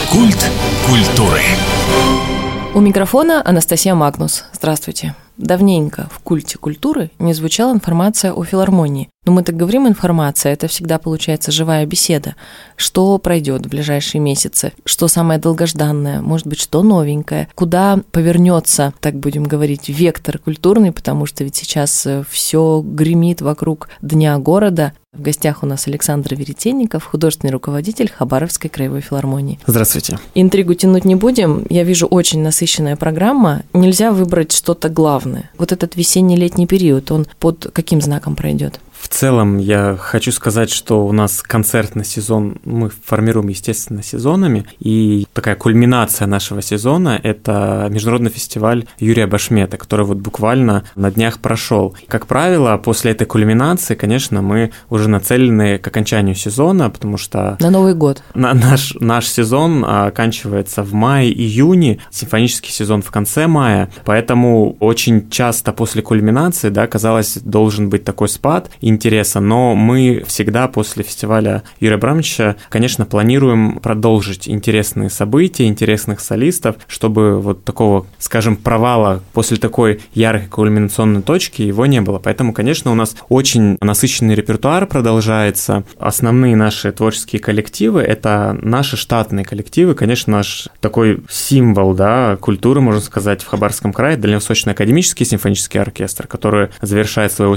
Культ культуры. У микрофона Анастасия Магнус. Здравствуйте. Давненько в культе культуры не звучала информация о филармонии. Но мы так говорим информация, это всегда получается живая беседа. Что пройдет в ближайшие месяцы? Что самое долгожданное? Может быть, что новенькое? Куда повернется, так будем говорить, вектор культурный? Потому что ведь сейчас все гремит вокруг Дня города. В гостях у нас Александр Веретенников, художественный руководитель Хабаровской краевой филармонии. Здравствуйте. Интригу тянуть не будем. Я вижу очень насыщенная программа. Нельзя выбрать что-то главное. Вот этот весенне-летний период, он под каким знаком пройдет? В целом я хочу сказать, что у нас концертный сезон мы формируем, естественно, сезонами, и такая кульминация нашего сезона – это международный фестиваль Юрия Башмета, который вот буквально на днях прошел. Как правило, после этой кульминации, конечно, мы уже нацелены к окончанию сезона, потому что… На Новый год. Наш сезон оканчивается в мае-июне, симфонический сезон в конце мая, поэтому очень часто после кульминации, да, казалось, должен быть такой спад интереса, но мы всегда после фестиваля Юрия Абрамовича, конечно, планируем продолжить интересные события, интересных солистов, чтобы вот такого, скажем, провала после такой яркой кульминационной точки его не было. Поэтому, конечно, у нас очень насыщенный репертуар продолжается. Основные наши творческие коллективы – это наши штатные коллективы, конечно, наш такой символ, да, культуры, можно сказать, в Хабаровском крае, Дальневосточный академический симфонический оркестр, который завершает свой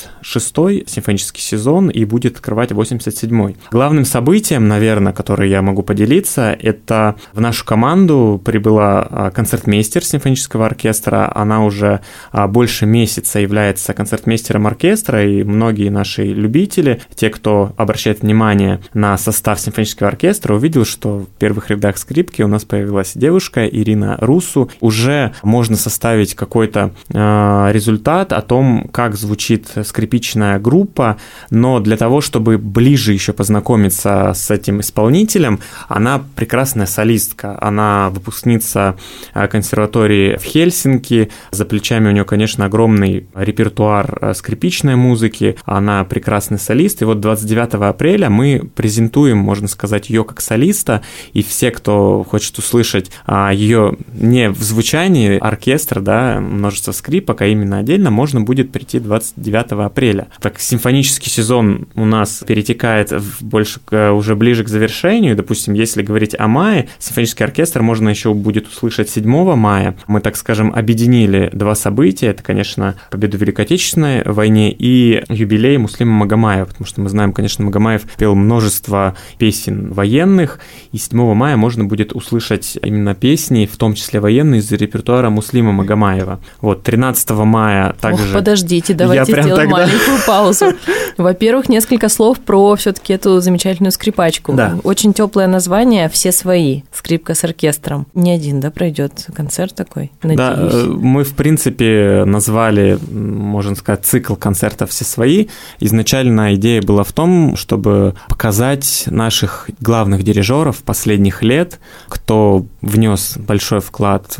86-й симфонический сезон и будет открывать 87-й. Главным событием, наверное, которое я могу поделиться, это в нашу команду прибыла концертмейстер симфонического оркестра. Она уже больше месяца является концертмейстером оркестра, и многие наши любители, те, кто обращает внимание на состав симфонического оркестра, увидел, что в первых рядах скрипки у нас появилась девушка Ирина Русу. Уже можно составить какой-то результат о том, как звучит скрипичная группа, но для того, чтобы ближе еще познакомиться с этим исполнителем, она прекрасная солистка, она выпускница консерватории в Хельсинки, за плечами у нее, конечно, огромный репертуар скрипичной музыки, она прекрасный солист, и вот 29 апреля мы презентуем, можно сказать, ее как солиста, и все, кто хочет услышать ее не в звучании оркестра, да, множество скрипок, а именно отдельно, можно будет прийти 29 апреля. Так симфонический сезон у нас перетекает больше уже ближе к завершению. Допустим, если говорить о мае, симфонический оркестр можно еще будет услышать 7 мая. Мы, так скажем, объединили два события. Это, конечно, победу в Великой Отечественной войне и юбилей Муслима Магомаева, потому что мы знаем, конечно, Магомаев пел множество песен военных, и 7 мая можно будет услышать именно песни, в том числе военные, из репертуара Муслима Магомаева. Вот, 13 мая также… Ох, подождите, давайте сделаем маленькую паузу. Во-первых, несколько слов про все-таки эту замечательную скрипачку. Да. Очень теплое название «Все свои». Скрипка с оркестром. Не один, да, пройдет концерт такой? Надеюсь. Да, мы, в принципе, назвали, можно сказать, цикл концертов «Все свои». Изначально идея была в том, чтобы показать наших главных дирижеров последних лет, кто внес большой вклад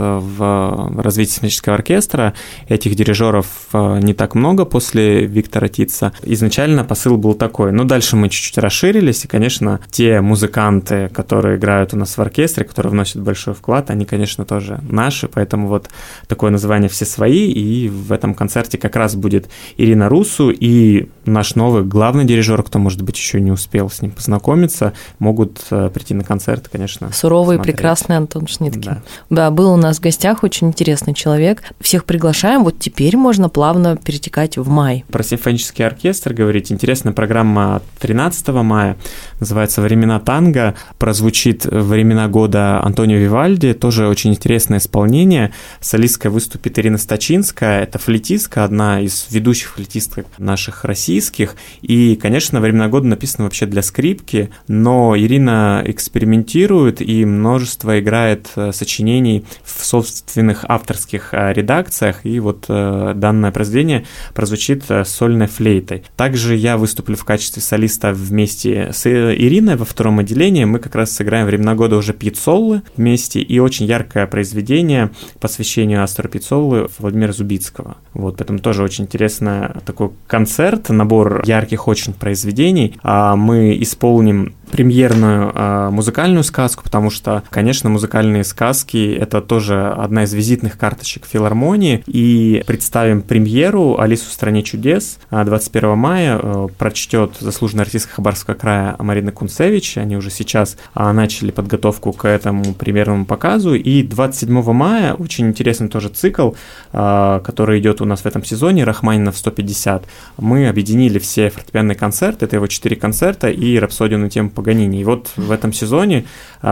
в развитие симфонического оркестра. Этих дирижеров не так много после Виктора Титца. Изначально посыл был такой. Но дальше мы чуть-чуть расширились, и, конечно, те музыканты, которые играют у нас в оркестре, которые вносят большой вклад, они, конечно, тоже наши, поэтому вот такое название «Все свои», и в этом концерте как раз будет Ирина Русу и наш новый главный дирижер, кто, может быть, еще не успел с ним познакомиться, могут прийти на концерт, конечно. Суровый и смотреть. Прекрасный Антон Шниткин. Да, был у нас в гостях очень интересный человек. Всех приглашаем, вот теперь можно плавно перетекать в май. Про симфонический оркестр говорить. Интересная программа 13 мая, называется «Времена танго». Прозвучит «Времена года» Антонио Вивальди, тоже очень интересное исполнение. Солисткой выступит Ирина Стачинская, это флейтистка, одна из ведущих флейтисток наших российских. И, конечно, «Времена года» написано вообще для скрипки, но Ирина экспериментирует и множество играет сочинений в собственных авторских редакциях, и вот данное произведение прозвучит сольной флейтой. Также я выступлю в качестве солиста вместе с Ириной во втором отделении. Мы как раз сыграем «Времена года» уже Пиццоллы вместе, и очень яркое произведение посвящению Астору Пиццоллы Владимира Зубицкого. Вот, поэтому тоже очень интересный такой концерт, набор ярких очень произведений. Мы исполним премьерную музыкальную сказку, потому что, конечно, музыкальные сказки — это тоже одна из визитных карточек филармонии, и представим премьеру «Алису в стране чудес» 21 мая прочтет заслуженный артист Хабаровского края Марина Кунцевич. Они уже сейчас начали подготовку к этому премьерному показу, и 27 мая очень интересный тоже цикл, который идет у нас в этом сезоне, Рахманинов 150. Мы объединили все фортепианные концерты, это его 4 концерта и рапсодию на тему Паганини. И вот в этом сезоне,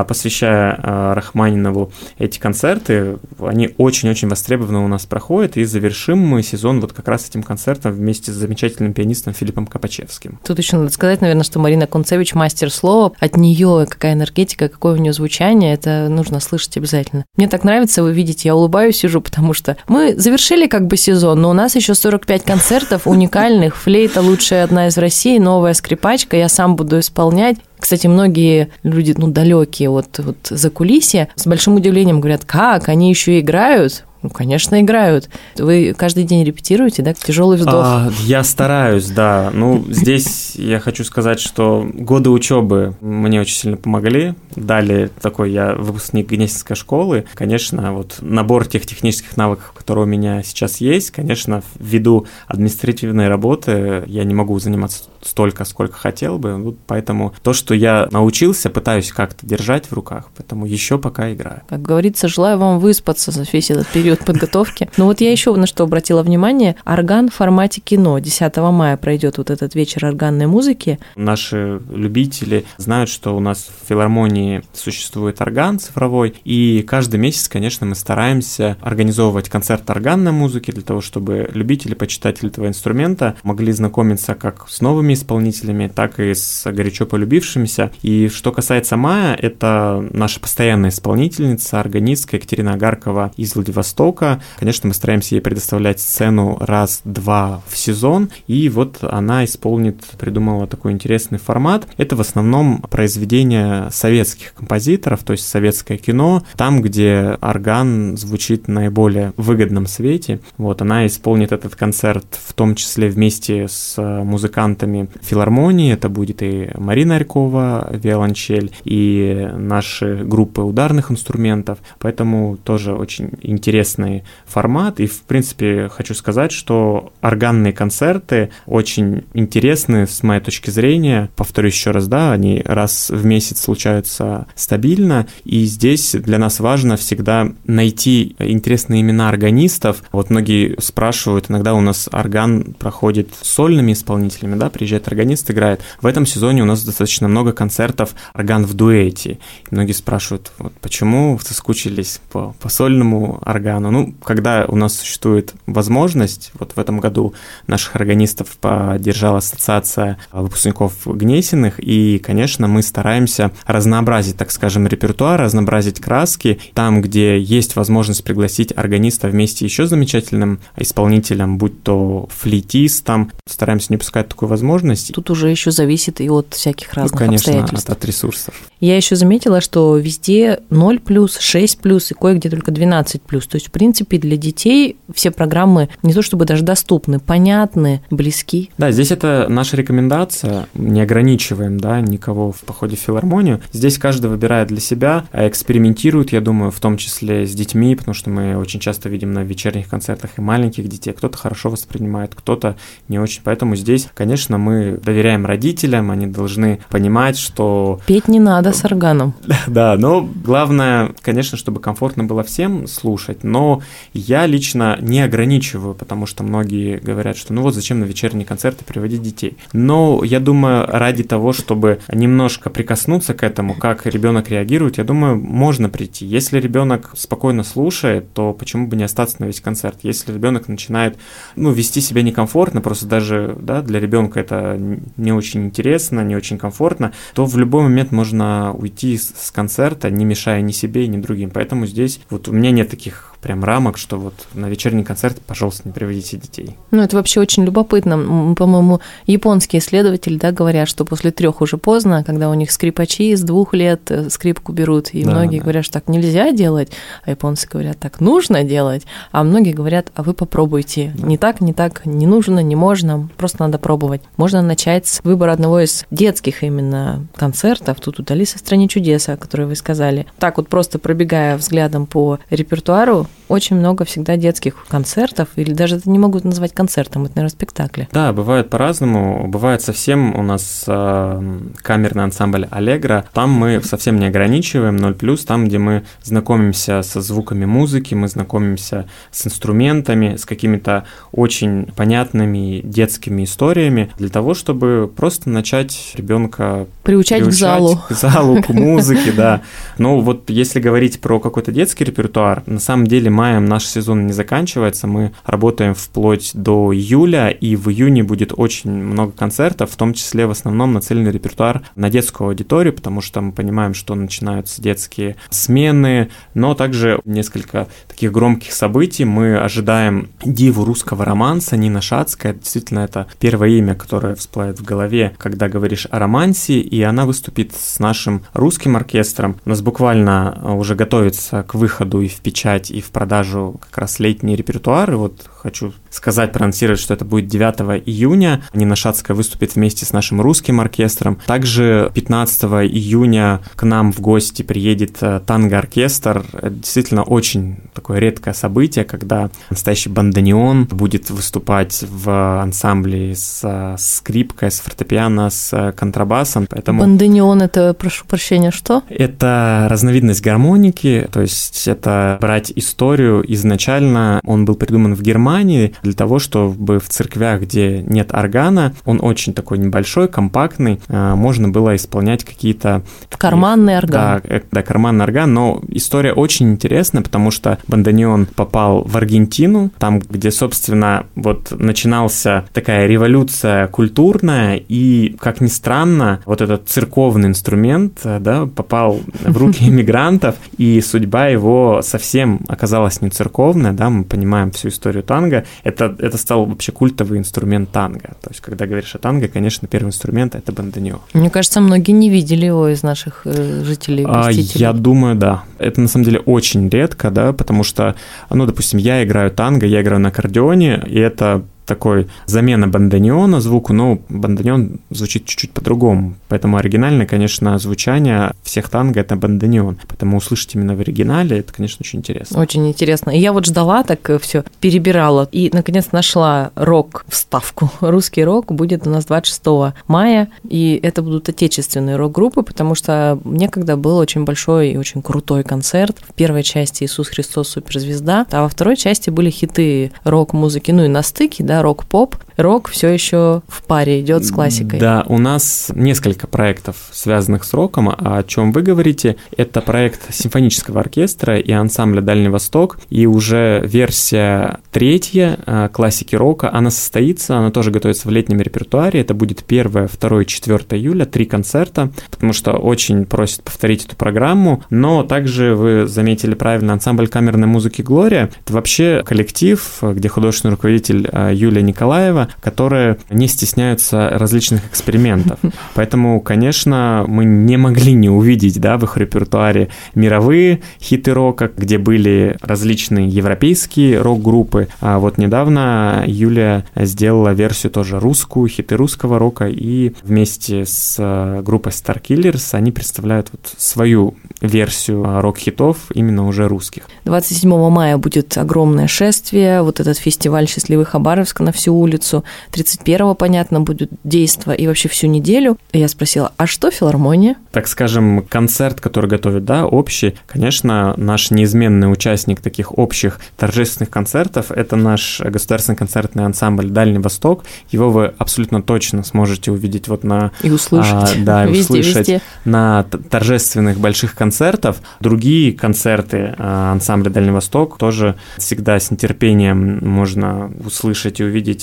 посвящая Рахманинову эти концерты, они очень-очень востребованно у нас проходят, и завершим мы сезон вот как раз этим концертом вместе с замечательным пианистом Филиппом Копачевским. Тут еще надо сказать, наверное, что Марина Кунцевич мастер слова. От нее какая энергетика, какое у нее звучание, это нужно слышать обязательно. Мне так нравится, вы видите, я улыбаюсь, сижу, потому что мы завершили как бы сезон, но у нас еще 45 концертов уникальных. Флейта лучшая одна из России, новая скрипачка, я сам буду исполнять. Кстати, многие люди, далекие от закулисья, с большим удивлением говорят, как, они еще играют? Ну, конечно, играют. Вы каждый день репетируете, да? Тяжелый вздох. Я стараюсь, да. Здесь я хочу сказать, что годы учебы мне очень сильно помогли. Далее я выпускник Гнесинской школы. Конечно, набор тех технических навыков, которые у меня сейчас есть, конечно, ввиду административной работы я не могу заниматься столько, сколько хотел бы. Поэтому то, что я научился, пытаюсь как-то держать в руках. Поэтому еще пока играю. Как говорится, желаю вам выспаться за весь этот период подготовки. Но я еще на что обратила внимание. Орган в формате кино. 10 мая пройдет этот вечер органной музыки. Наши любители знают, что у нас в филармонии существует орган цифровой, и каждый месяц, конечно, мы стараемся организовывать концерт органной музыки для того, чтобы любители, почитатели этого инструмента могли знакомиться как с новыми исполнителями, так и с горячо полюбившимися. И что касается мая, это наша постоянная исполнительница, органистка Екатерина Агаркова из Владивостока. Конечно, мы стараемся ей предоставлять сцену раз-два в сезон, и она придумала такой интересный формат. Это в основном произведения советских композиторов, то есть советское кино, там, где орган звучит в наиболее выгодном свете. Она исполнит этот концерт в том числе вместе с музыкантами филармонии. Это будет и Марина Арькова, виолончель, и наши группы ударных инструментов. Поэтому тоже очень интересный формат. И, в принципе, хочу сказать, что органные концерты очень интересны с моей точки зрения. Повторюсь еще раз, они раз в месяц случаются стабильно. И здесь для нас важно всегда найти интересные имена органистов. Многие спрашивают, иногда у нас орган проходит с сольными исполнителями, приезжает органист, играет. В этом сезоне у нас достаточно много концертов орган в дуэте. И многие спрашивают, почему соскучились по сольному органу. Когда у нас существует возможность, в этом году наших органистов поддержала ассоциация выпускников Гнесиных, и, конечно, мы стараемся разнообразить, так скажем, репертуар, разнообразить краски. Там, где есть возможность пригласить органиста вместе еще с замечательным исполнителем, будь то флейтистом, стараемся не пускать такую возможность. Тут уже еще зависит и от всяких разных обстоятельств. Конечно, от ресурсов. Я еще заметила, что везде 0+, 6+, и кое-где только 12+. То есть, в принципе, для детей все программы не то чтобы даже доступны, понятны, близки. Да, здесь это наша рекомендация. Не ограничиваем, никого в походе в филармонию. Здесь каждый выбирает для себя, экспериментирует, я думаю, в том числе с детьми, потому что мы очень часто видим на вечерних концертах и маленьких детей. Кто-то хорошо воспринимает, кто-то не очень. Поэтому здесь, конечно, мы доверяем родителям, они должны понимать, что... Петь не надо с органом. Да, но главное, конечно, чтобы комфортно было всем слушать, но я лично не ограничиваю, потому что многие говорят, что зачем на вечерние концерты приводить детей. Но я думаю, ради того, чтобы немножко прикоснуться к этому, как ребенок реагирует, я думаю, можно прийти. Если ребенок спокойно слушает, то почему бы не остаться на весь концерт? Если ребенок начинает, вести себя некомфортно, просто даже, для ребенка это не очень интересно, не очень комфортно, то в любой момент можно уйти с концерта, не мешая ни себе, ни другим. Поэтому здесь у меня нет таких прям рамок, что вот на вечерний концерт, пожалуйста, не приводите детей. Ну, это вообще очень любопытно. По-моему, японские исследователи, да, говорят, что после 3 уже поздно, когда у них скрипачи с 2 лет скрипку берут, и многие говорят, что так нельзя делать, а японцы говорят, так нужно делать, а многие говорят, а вы попробуйте. Не так, не нужно, не можно, просто надо пробовать. Можно начать с выбора одного из детских именно концертов. Тут «Алиса в стране чудес», о которой вы сказали. Так вот просто пробегая взглядом по репертуару, очень много всегда детских концертов, или даже это не могут назвать концертом, это, наверное, спектакли. Да, бывает по-разному. Бывает совсем у нас камерный ансамбль «Аллегро». Там мы совсем не ограничиваем 0+, там, где мы знакомимся со звуками музыки, мы знакомимся с инструментами, с какими-то очень понятными детскими историями, для того, чтобы просто начать ребенка приучать к залу, к музыке, да. Ну вот если говорить про какой-то детский репертуар, на самом деле маем наш сезон не заканчивается, мы работаем вплоть до июля, и в июне будет очень много концертов, в том числе в основном нацеленный репертуар на детскую аудиторию, потому что мы понимаем, что начинаются детские смены, но также несколько таких громких событий. Мы ожидаем диву русского романса Нина Шацкая, действительно это первое имя, которое всплывает в голове, когда говоришь о романсе, и она выступит с нашим русским оркестром. У нас буквально уже готовится к выходу и в печать, и в продажу как раз летний репертуар, и вот хочу сказать, проанонсировать, что это будет 9 июня. Нина Шацкая выступит вместе с нашим русским оркестром. Также 15 июня к нам в гости приедет танго-оркестр. Это действительно очень такое редкое событие, когда настоящий бандонеон будет выступать в ансамбле с скрипкой, с фортепиано, с контрабасом. Поэтому... Бандонеон — это, прошу прощения, что? Это разновидность гармоники, то есть это брать историю. Изначально он был придуман в Германии для того, чтобы в церквях, где нет органа, он очень такой небольшой, компактный, можно было исполнять какие-то... Карманный орган. Да, карманный орган, но история очень интересная, потому что бандонеон попал в Аргентину, там, где, собственно, вот начиналась такая революция культурная, и, как ни странно, вот этот церковный инструмент, да, попал в руки иммигрантов, и судьба его совсем оказалась не церковная, да, мы понимаем всю историю танго, это стал вообще культовый инструмент танго. То есть, когда говоришь о танго, конечно, первый инструмент – это бандонеон. Мне кажется, многие не видели его из наших жителей, посетителей. Я думаю, да. Это, на самом деле, очень редко, да, потому что, ну, допустим, я играю танго, я играю на аккордеоне, и это такой замена бандонеона звуку, но бандонеон звучит чуть-чуть по-другому. Поэтому оригинальное, конечно, звучание всех танго – это бандонеон. Поэтому услышать именно в оригинале – это, конечно, очень интересно. Очень интересно. И я вот ждала, так все перебирала, и, наконец, нашла рок-вставку. Русский рок будет у нас 26 мая, и это будут отечественные рок-группы, потому что некогда был очень большой и очень крутой концерт. В первой части «Иисус Христос суперзвезда», а во второй части были хиты рок-музыки, ну и на стыке, да, рок-поп. Рок все еще в паре идет с классикой. Да, у нас несколько проектов, связанных с роком. О чем вы говорите? Это проект симфонического оркестра и ансамбля «Дальний Восток». И уже версия 3 классики рока, она состоится, она тоже готовится в летнем репертуаре. Это будет 1, 2 и 4 июля, 3 концерта, потому что очень просят повторить эту программу. Но также вы заметили правильно, ансамбль камерной музыки «Глория». Это вообще коллектив, где художественный руководитель Юлия Николаева, которые не стесняются различных экспериментов. Поэтому, конечно, мы не могли не увидеть, да, в их репертуаре мировые хиты рока, где были различные европейские рок-группы. А вот недавно Юлия сделала версию тоже русскую, хиты русского рока, и вместе с группой Starkillers они представляют вот свою версию рок-хитов, именно уже русских. 27 мая будет огромное шествие, вот этот фестиваль «Счастливый Хабаровск» на всю улицу. 31-го, понятно, будет действо и вообще всю неделю. И я спросила, а что филармония? Так скажем, концерт, который готовит, да, общий, конечно, наш неизменный участник таких общих торжественных концертов – это наш государственный концертный ансамбль «Дальний Восток». Его вы абсолютно точно сможете увидеть вот на... И услышать. Да, и услышать на торжественных больших концертах. Другие концерты ансамбля «Дальний Восток» тоже всегда с нетерпением можно услышать и увидеть в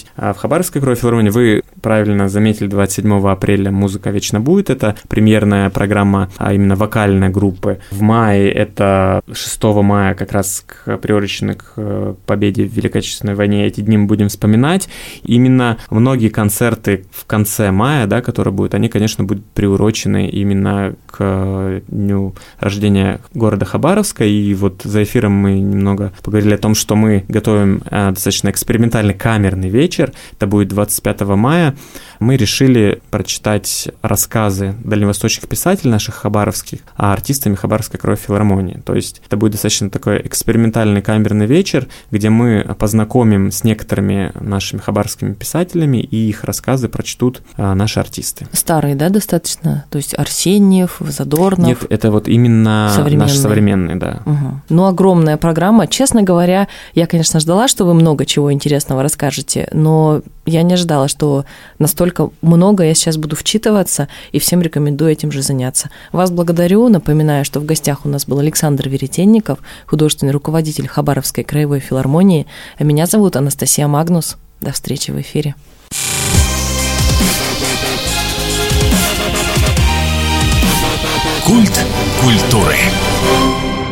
Хабаровской краевой филармонии. Вы правильно заметили, 27 апреля «Музыка вечно будет». Это премьерная программа, а именно вокальной группы. В мае, это 6 мая, как раз приурочены к победе в Великой Отечественной войне. Эти дни мы будем вспоминать. Именно многие концерты в конце мая, да, которые будут, они, конечно, будут приурочены именно к дню рождения города Хабаровска. И вот за эфиром мы немного поговорили о том, что мы готовим достаточно экспериментальный камерный вечер. Это будет 25 мая. Мы решили прочитать рассказы дальневосточных писателей наших хабаровских, артистами Хабаровской краевой филармонии. То есть это будет достаточно такой экспериментальный камерный вечер, где мы познакомим с некоторыми нашими хабаровскими писателями, и их рассказы прочтут наши артисты. Старые, да, достаточно? То есть Арсеньев, Задорнов? Нет, это вот именно наши современные, да. Угу. Ну, огромная программа. Честно говоря, я, конечно, ждала, что вы много чего интересного расскажете, но я не ожидала, что настолько много я сейчас буду вчитываться, и всем рекомендую этим же заняться. Вас благодарю. Напоминаю, что в гостях у нас был Александр Веретенников, художественный руководитель Хабаровской краевой филармонии. А меня зовут Анастасия Магнус. До встречи в эфире. Культ культуры.